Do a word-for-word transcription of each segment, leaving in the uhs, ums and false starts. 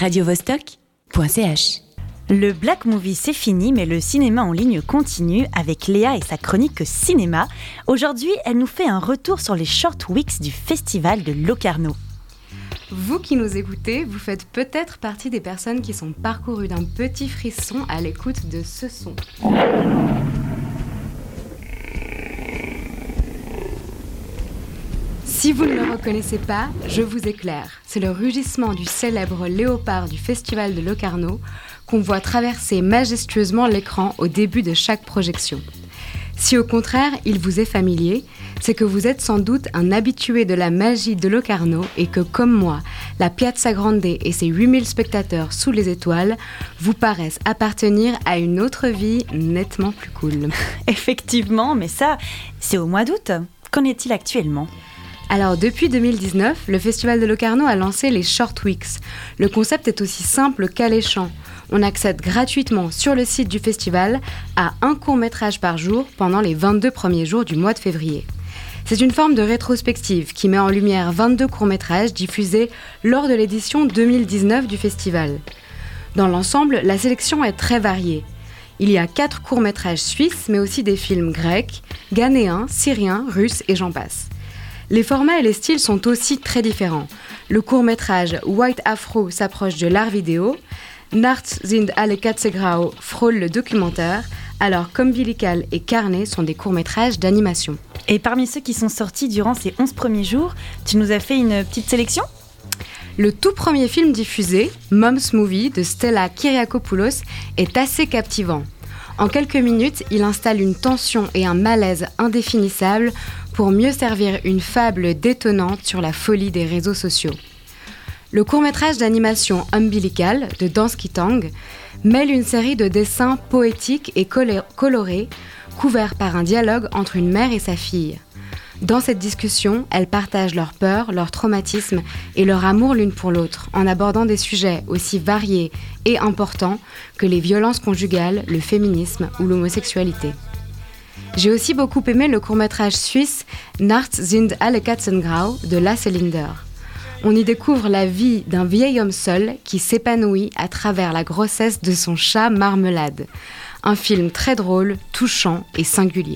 radio vostok point c h. Le Black Movie, c'est fini, mais le cinéma en ligne continue avec Léa et sa chronique cinéma. Aujourd'hui, elle nous fait un retour sur les Short Weeks du Festival de Locarno. Vous qui nous écoutez, vous faites peut-être partie des personnes qui sont parcourues d'un petit frisson à l'écoute de ce son. Si vous ne le reconnaissez pas, je vous éclaire. C'est le rugissement du célèbre léopard du Festival de Locarno qu'on voit traverser majestueusement l'écran au début de chaque projection. Si au contraire, il vous est familier, c'est que vous êtes sans doute un habitué de la magie de Locarno et que, comme moi, la Piazza Grande et ses huit mille spectateurs sous les étoiles vous paraissent appartenir à une autre vie nettement plus cool. Effectivement, mais ça, c'est au mois d'août. Qu'en est-il actuellement ? Alors, depuis deux mille dix-neuf, le Festival de Locarno a lancé les Short Weeks. Le concept est aussi simple qu'alléchant. On accède gratuitement sur le site du festival à un court-métrage par jour pendant les vingt-deux premiers jours du mois de février. C'est une forme de rétrospective qui met en lumière vingt-deux courts-métrages diffusés lors de l'édition deux mille dix-neuf du festival. Dans l'ensemble, la sélection est très variée. Il y a quatre courts-métrages suisses, mais aussi des films grecs, ghanéens, syriens, russes et j'en passe. Les formats et les styles sont aussi très différents. Le court-métrage White Afro s'approche de l'art vidéo, Nachts sind alle Katze grau frôle le documentaire, alors qu'Umbilical et Carnet sont des courts-métrages d'animation. Et parmi ceux qui sont sortis durant ces onze premiers jours, tu nous as fait une petite sélection ? Le tout premier film diffusé, Mom's Movie de Stella Kyriakopoulos, est assez captivant. En quelques minutes, il installe une tension et un malaise indéfinissables pour mieux servir une fable détonnante sur la folie des réseaux sociaux. Le court-métrage d'animation Umbilical de Dansky Tang mêle une série de dessins poétiques et colorés couverts par un dialogue entre une mère et sa fille. Dans cette discussion, elles partagent leurs peurs, leurs traumatismes et leur amour l'une pour l'autre, en abordant des sujets aussi variés et importants que les violences conjugales, le féminisme ou l'homosexualité. J'ai aussi beaucoup aimé le court-métrage suisse Nachts sind alle Katzen grau de Lasse Linder. On y découvre la vie d'un vieil homme seul qui s'épanouit à travers la grossesse de son chat Marmelade. Un film très drôle, touchant et singulier.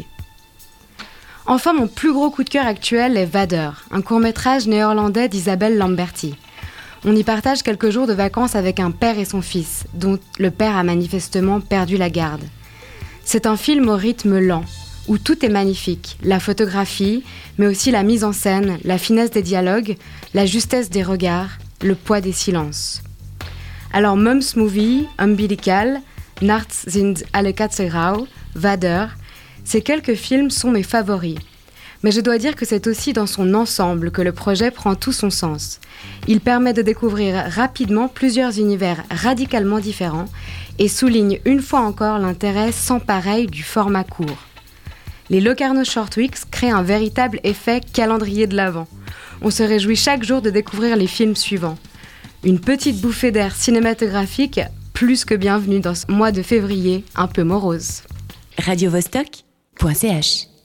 Enfin, mon plus gros coup de cœur actuel est Vader, un court-métrage néerlandais d'Isabelle Lamberti. On y partage quelques jours de vacances avec un père et son fils, dont le père a manifestement perdu la garde. C'est un film au rythme lent, où tout est magnifique, la photographie, mais aussi la mise en scène, la finesse des dialogues, la justesse des regards, le poids des silences. Alors Mom's Movie, Umbilical, Nachts sind alle Katze grau, Vader, ces quelques films sont mes favoris. Mais je dois dire que c'est aussi dans son ensemble que le projet prend tout son sens. Il permet de découvrir rapidement plusieurs univers radicalement différents et souligne une fois encore l'intérêt sans pareil du format court. Les Locarno Short Weeks créent un véritable effet calendrier de l'Avent. On se réjouit chaque jour de découvrir les films suivants. Une petite bouffée d'air cinématographique plus que bienvenue dans ce mois de février un peu morose. radio vostok point c h